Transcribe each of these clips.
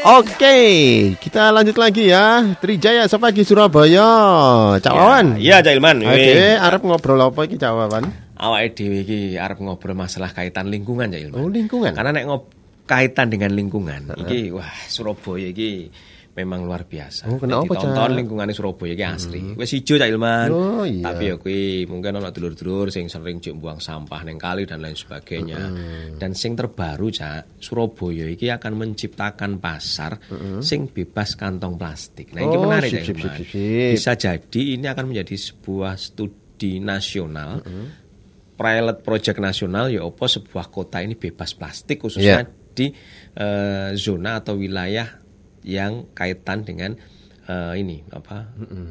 Oke, kita lanjut lagi ya. Trijaya Sepagi Surabaya. Cak Wawan. Iya, Cak Ilman. Oke, arep ngobrol apa iki Cak Wawan? Awake dhewe iki arep ngobrol masalah kaitan lingkungan, Cak Ilman. Oh, lingkungan. Karena nek kaitan dengan lingkungan, iki wah Surabaya iki memang luar biasa. Oh, kenapa, Cak? Tonton lingkungannya Surabaya iki asli. Wis ijo Cak Ilman. Oh, iya. Tapi ya kuwi mungkin ana dulur-dulur sing sering juk buang sampah ning kali dan lain sebagainya. Dan sing terbaru Cak, Surabaya iki akan menciptakan pasar sing bebas kantong plastik. Nah, ini menarik Cak Ilman. Bisa jadi ini akan menjadi sebuah studi nasional. Pilot project nasional ya apa sebuah kota ini bebas plastik khususnya di zona atau wilayah yang kaitan dengan ini apa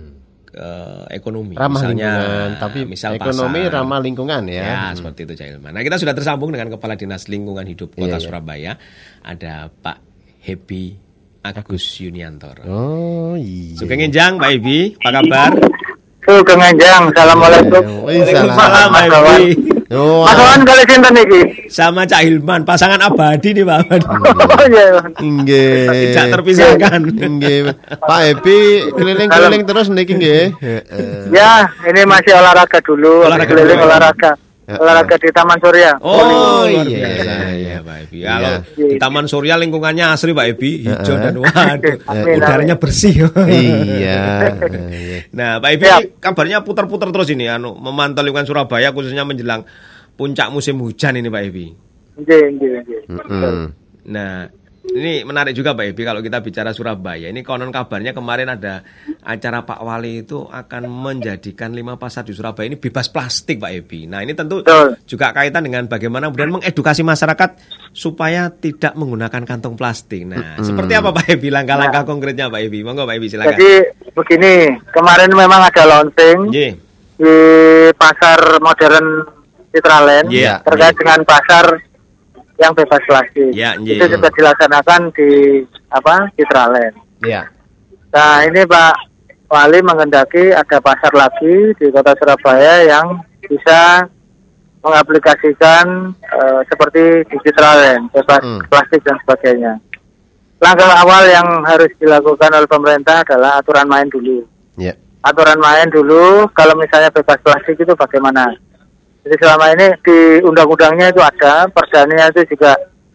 ekonomi ramah misalnya lingkungan, tapi misal ekonomi pasar. ramah lingkungan ya. Ya seperti itu Cak Ilman. Nah kita sudah tersambung dengan Kepala Dinas Lingkungan Hidup Kota Surabaya, ada Pak Happy Agus Yuniantoro. Oh iya. Sugeng Enjang Pak Happy, apa kabar? Sugeng Enjang, assalamualaikum. Waalaikumsalam Pak Happy. Oh, Mas Wan kali sinten iki? Sama Cak Ilman, pasangan abadi nih Pak. Oh iya. nggih. Tidak terpisahkan. Nggih. Pak Happy keliling-keliling terus niki nggih. Ya, ini masih olahraga dulu, Olahraga keliling dulu. olahraga. Olahraga di Taman Surya. Oh, luar iya, biasa iya. ya Pak Ebi. Kalau di Taman Surya lingkungannya asri Pak Ebi, hijau dan waduh, Amin, udaranya bersih. Iya. Nah, Pak Ebi kabarnya putar-putar terus ini memantau lingkungan Surabaya khususnya menjelang puncak musim hujan ini Pak Ebi. Nggih. Nah, ini menarik juga Pak Ebi kalau kita bicara Surabaya. Ini konon kabarnya kemarin ada acara Pak Wali itu akan menjadikan 5 pasar di Surabaya ini bebas plastik Pak Ebi. Nah ini tentu juga kaitan dengan bagaimana kemudian mengedukasi masyarakat supaya tidak menggunakan kantong plastik. Nah seperti apa Pak Ebi langkah-langkah konkretnya Pak Ebi? Monggo Pak Ebi silakan. Jadi begini, kemarin memang ada launching Ye. di pasar modern Citraland terkait dengan pasar yang bebas plastik. Itu juga dilaksanakan di Citraland. Iya. Nah ini Pak Wali menghendaki ada pasar lagi di kota Surabaya yang bisa mengaplikasikan seperti di Citraland, bebas plastik dan sebagainya. Langkah awal yang harus dilakukan oleh pemerintah adalah aturan main dulu. Iya. Aturan main dulu, kalau misalnya bebas plastik itu bagaimana? Jadi selama ini di undang-undangnya itu ada, perdanya itu juga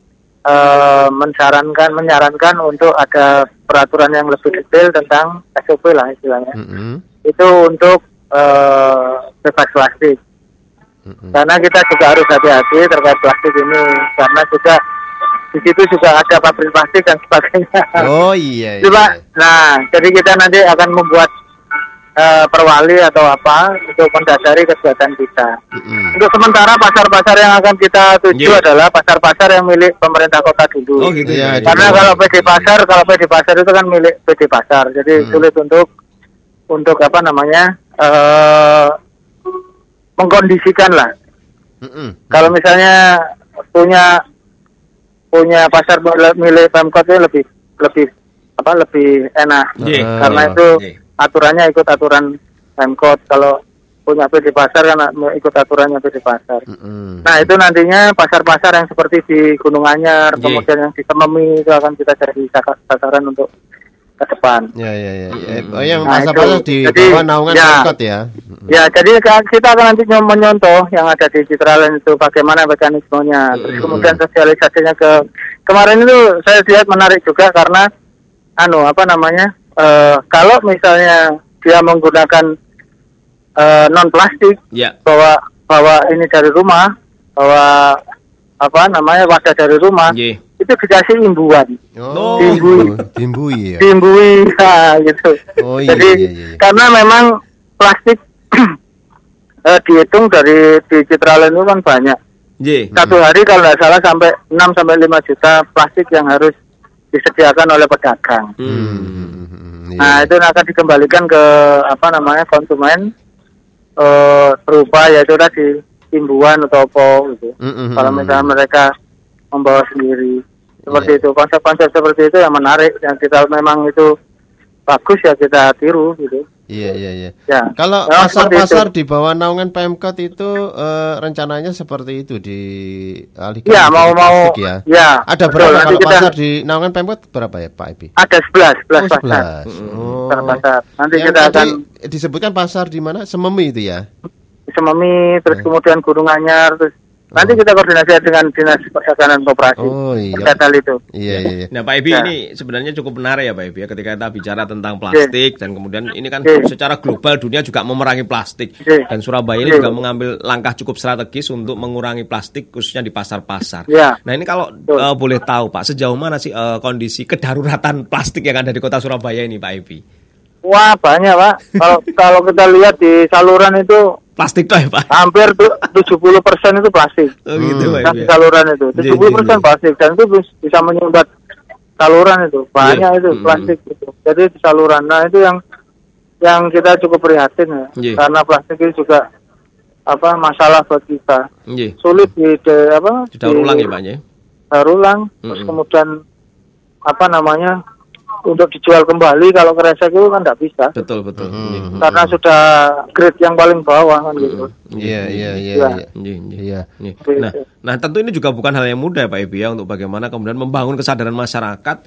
menyarankan untuk ada peraturan yang lebih detail tentang SOP lah istilahnya. Itu untuk bebas plastik. Karena kita juga harus hati-hati terkait plastik ini, karena juga di situ juga ada pabrik plastik dan sebagainya. Oh iya. Coba, nah jadi kita nanti akan membuat perwali atau apa untuk mendasari kegiatan kita. Untuk sementara pasar-pasar yang akan kita tuju adalah pasar-pasar yang milik pemerintah kota dulu. Oh gitu ya. Karena kalau PD pasar itu kan milik PD pasar, jadi sulit untuk mengkondisikan lah. Kalau misalnya punya pasar milik Pemkot itu lebih enak. Karena itu aturannya ikut aturan Pemkot. Kalau punya PD pasar kan ikut aturannya PD pasar. Nah itu nantinya pasar-pasar yang seperti di Gunung Anyar, kemudian yang di Sememi itu akan kita jadi sasaran untuk ke depan. Yang pasar-pasar di bawah naungan Pemkot ya. Ya, jadi kita akan nanti menyontoh yang ada di Citraland itu bagaimana mekanismenya. Terus kemudian sosialisasinya kemarin itu saya lihat menarik juga karena kalau misalnya dia menggunakan non plastik, bawa ini dari rumah, bawa wadah dari rumah, itu dikasih imbuan. Diimbui gitu. Jadi karena memang plastik dihitung di Citraland itu kan banyak. Satu hari kalau nggak salah sampai 6-5 juta plastik yang harus disediakan oleh pedagang. Nah itu akan dikembalikan ke konsumen berupa yaitu tadi imbuan atau apa gitu. Kalau misalnya mereka membawa sendiri seperti itu, konsep-konsep seperti itu yang menarik, yang kita memang itu bagus ya kita tiru gitu. Iya. Ya. Kalau pasar-pasar di bawah naungan Pemkot itu rencananya seperti itu dialihkan. Ya, mau ya. Ya. Ada berapa kalau pasar di naungan Pemkot berapa ya Pak Ebi? Ada 11 pasar. 11. Pasar. Nanti yang kita akan disebutkan pasar di mana? Sememi itu ya. Sememi, terus kemudian Gunung Anyar, terus nanti kita koordinasi dengan Dinas Perdagangan Koperasi. Oh iya. Terkait itu. Iya. Nah Pak Ebi ini sebenarnya cukup menarik ya Pak Ebi ya, ketika kita bicara tentang plastik dan kemudian ini kan secara global dunia juga memerangi plastik dan Surabaya ini juga mengambil langkah cukup strategis untuk mengurangi plastik khususnya di pasar-pasar. Nah ini kalau boleh tahu Pak, sejauh mana sih kondisi kedaruratan plastik yang ada di kota Surabaya ini Pak Ebi? Wah banyak Pak. Kalau kita lihat di saluran itu plastik tuh ya Pak? Hampir 70% itu plastik. Oh gitu Pak. Di saluran itu 70% plastik dan itu bisa menyumbat saluran itu. Banyak itu plastik itu. Jadi di saluran. Nah itu yang kita cukup prihatin ya. Karena plastik itu juga masalah buat kita. Sulit didaur ulang ya Pak ya. Daur ulang. Terus kemudian untuk dijual kembali kalau kresek itu kan tidak bisa. Betul. Karena sudah grade yang paling bawah kan gitu. Iya. Nah, tentu ini juga bukan hal yang mudah Pak Ebi ya, untuk bagaimana kemudian membangun kesadaran masyarakat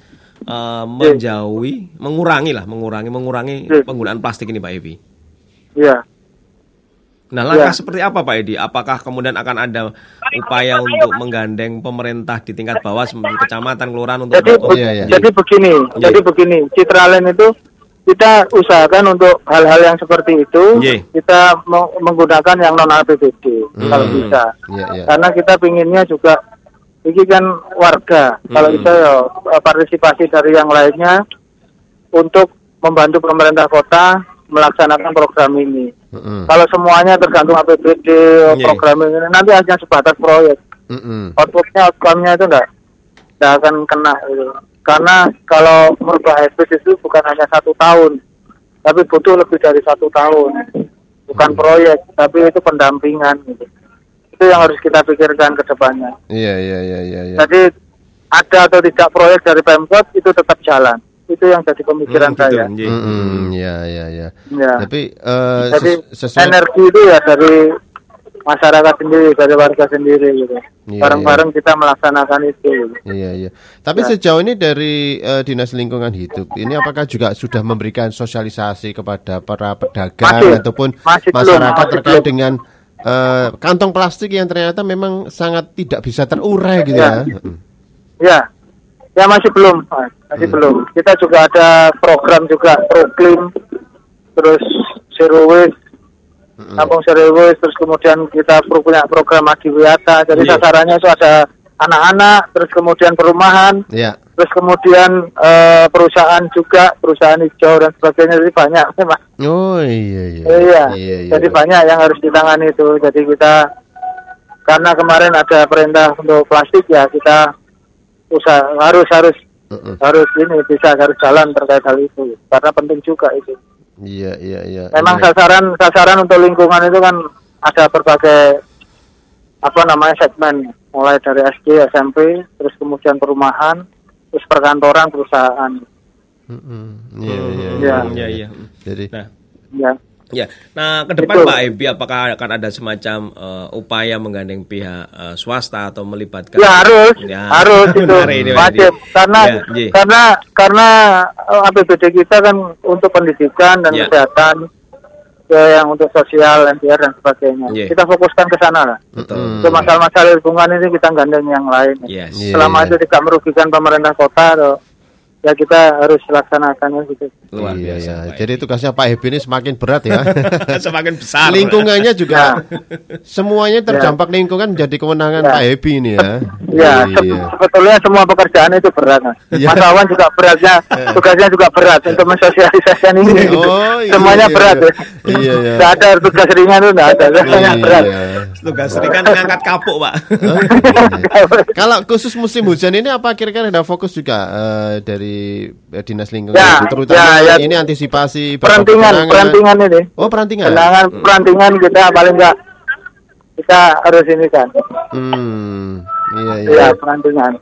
mengurangi penggunaan plastik ini Pak Ebi. Iya. Nah, langkah seperti apa Pak Edi? Apakah kemudian akan ada upaya untuk menggandeng pemerintah di tingkat bawah seperti kecamatan, kelurahan untuk Jadi begini, Citralen itu kita usahakan untuk hal-hal yang seperti itu kita menggunakan yang non APBD kalau bisa. Karena kita pinginnya juga ini kan warga. Kalau bisa partisipasi dari yang lainnya untuk membantu pemerintah kota melaksanakan program ini. Kalau semuanya tergantung APBD program ini nanti hanya sebatas proyek. Outputnya itu enggak akan kena gitu. Karena kalau merubah habit itu bukan hanya 1 tahun, tapi butuh lebih dari 1 tahun. Bukan proyek, tapi itu pendampingan gitu. Itu yang harus kita pikirkan ke depannya. Iya. Jadi ada atau tidak proyek dari Pemkot itu tetap jalan. Itu yang jadi pemikiran saya. Iya. Tapi energi itu ya dari masyarakat sendiri, dari warga sendiri gitu. Bareng-bareng kita melaksanakan itu. Iya. Tapi sejauh ini dari Dinas Lingkungan Hidup ini apakah juga sudah memberikan sosialisasi kepada para pedagang ataupun masyarakat terkait dengan kantong plastik yang ternyata memang sangat tidak bisa terurai gitu ya? Ya masih belum. Kita juga ada program juga Proclaim, terus Zero Waste, Kampung Zero Waste, terus kemudian kita punya program Adiwiyata. Jadi sasarannya itu ada anak-anak, terus kemudian perumahan, terus kemudian perusahaan juga, perusahaan hijau dan sebagainya. Jadi banyak memang. Oh iya. Jadi banyak yang harus ditangani itu. Jadi kita karena kemarin ada perintah untuk plastik ya kita harus jalan terkait hal itu karena penting juga itu. Iya. Memang sasaran untuk lingkungan itu kan ada berbagai segmen, mulai dari SD, SMP, terus kemudian perumahan, terus perkantoran, perusahaan. Iya. Jadi Nah ke depan Pak Ebi apakah akan ada semacam upaya menggandeng pihak swasta atau melibatkan? Ya harus itu wajib karena APBD kita kan untuk pendidikan dan kesehatan, yang untuk sosial, NPR dan sebagainya. Kita fokuskan ke sana lah. Untuk masalah-masalah lingkungan ini kita gandeng yang lain. Selama itu tidak merugikan pemerintah kota ya kita harus laksanakannya gitu. Luar biasa. Jadi tugasnya Pak Ebi ini semakin berat ya. Semakin besar. Lingkungannya juga semuanya terdampak lingkungan menjadi kewenangan Pak Ebi ini ya. Sebetulnya semua pekerjaan itu berat. Mas Awan juga beratnya, tugasnya juga berat untuk mensosialisasikan ini. Semuanya berat. Tidak ada tugas ringan itu, tidak ada. Semuanya berat. Tugas ringan mengangkat kapuk Pak. Kalau khusus musim hujan ini apa kira-kira ada fokus juga dari Dinas Lingkungan terutama ini antisipasi perantingan ini. Perantingan. Perantingan kita paling enggak kita harus ini kan. Iya, perantingan.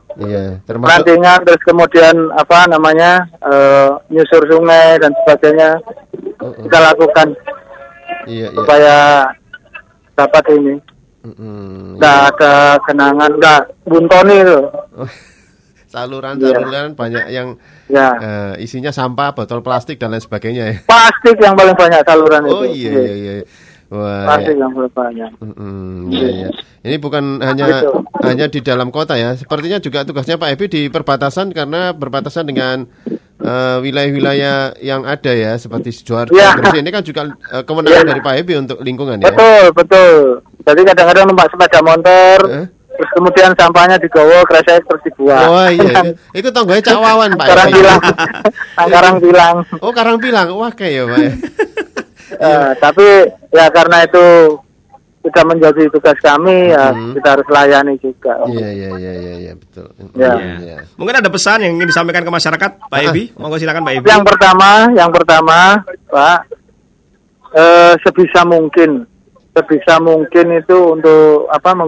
Perantingan terus kemudian nyusur sungai dan sebagainya. kita lakukan supaya dapat ini. Nggak ada genangan, nggak buntoni itu. Saluran banyak yang isinya sampah, botol plastik dan lain sebagainya ya. Plastik yang paling banyak saluran itu. Oh iya. Wah, plastik yang paling banyak. Iya. Ini bukan hanya di dalam kota ya. Sepertinya juga tugasnya Pak Ebi di perbatasan karena berbatasan dengan wilayah-wilayah yang ada ya seperti Sidoarjo, Gresik. Ini kan juga kewenangan dari Pak Ebi untuk lingkungan ya. Betul. Jadi kadang-kadang numpak sepeda motor. Terus kemudian sampahnya digawa, kresek terus dibuang. Oh iya, itu tongganya Cak Wawan Pak. Karangpilang. Oh Karangpilang, wah kayak ya Pak. Tapi ya karena itu sudah menjadi tugas kami, ya kita harus layani juga. Iya betul. Ya. Mungkin ada pesan yang ingin disampaikan ke masyarakat, Pak Ebi. Monggo silakan Pak Ebi. Yang pertama, Pak, sebisa mungkin itu untuk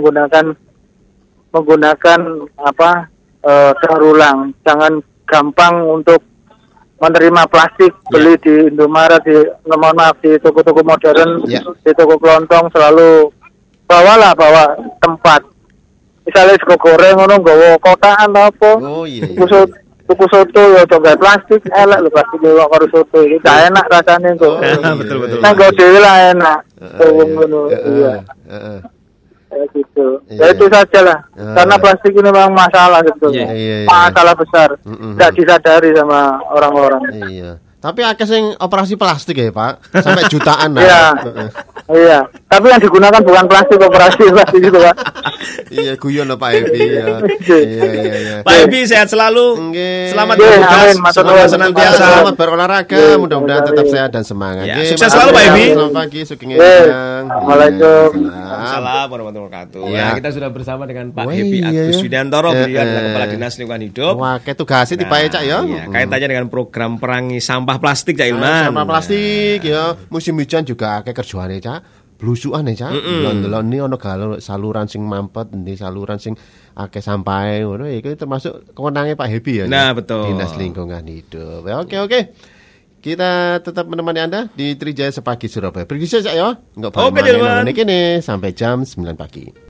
menggunakan daur ulang. Jangan gampang untuk menerima plastik beli di Indomaret, di toko-toko modern, di toko kelontong, selalu bawa tempat. Misalnya sego goreng ngono nggawa kotakan apa. Tuku soto ya coba plastik elek lho, plastik lho karo soto iki gak enak rasane kok. Betul. Nang go dhewe lah enak. Ngono. Iya. Gitu. Ya itu sajalah. Karena plastik ini memang masalah sebetulnya. Masalah besar. Tidak disadari sama orang-orang. Iya. Tapi akeh sing operasi plastik ya, Pak. Sampai jutaan lah. Iya. Tapi yang digunakan bukan operasi plastik itu, Pak. Iya, guyon loh Pak Ebi ya. Iya. Pak Ebi sehat selalu. Selamat bertugas. Semoga senantiasa selamat berolahraga, mudah-mudahan tetap sehat dan semangat. Sukses selalu Pak Ebi. Selamat pagi, Sugeng. Assalamualaikum. Assalamualaikum warahmatullahi wabarakatuh. Nah, kita sudah bersama dengan Pak Ebi Agus Widantoro, beliau adalah Kepala Dinas Lingkungan Hidup. Wah, kayak tugasnya dipae Cak ya. Kaitannya dengan program perangi sampah plastik Cak Ilman. Sampah plastik ya. Musim hujan juga kayak kerjaane Cak. Blusukan ya Cak. Delok ini ono saluran sing mampet, ndi saluran sing akeh sampahe ngono iki termasuk kewenange Pak Ebi ya. Nah, betul. Dinas Lingkungan Hidup. Oke. Kita tetap menemani Anda di Trijaya Sepagi Surabaya. Pergi saja ya. Enggak apa-apa. Oke, sampai jam 9 pagi.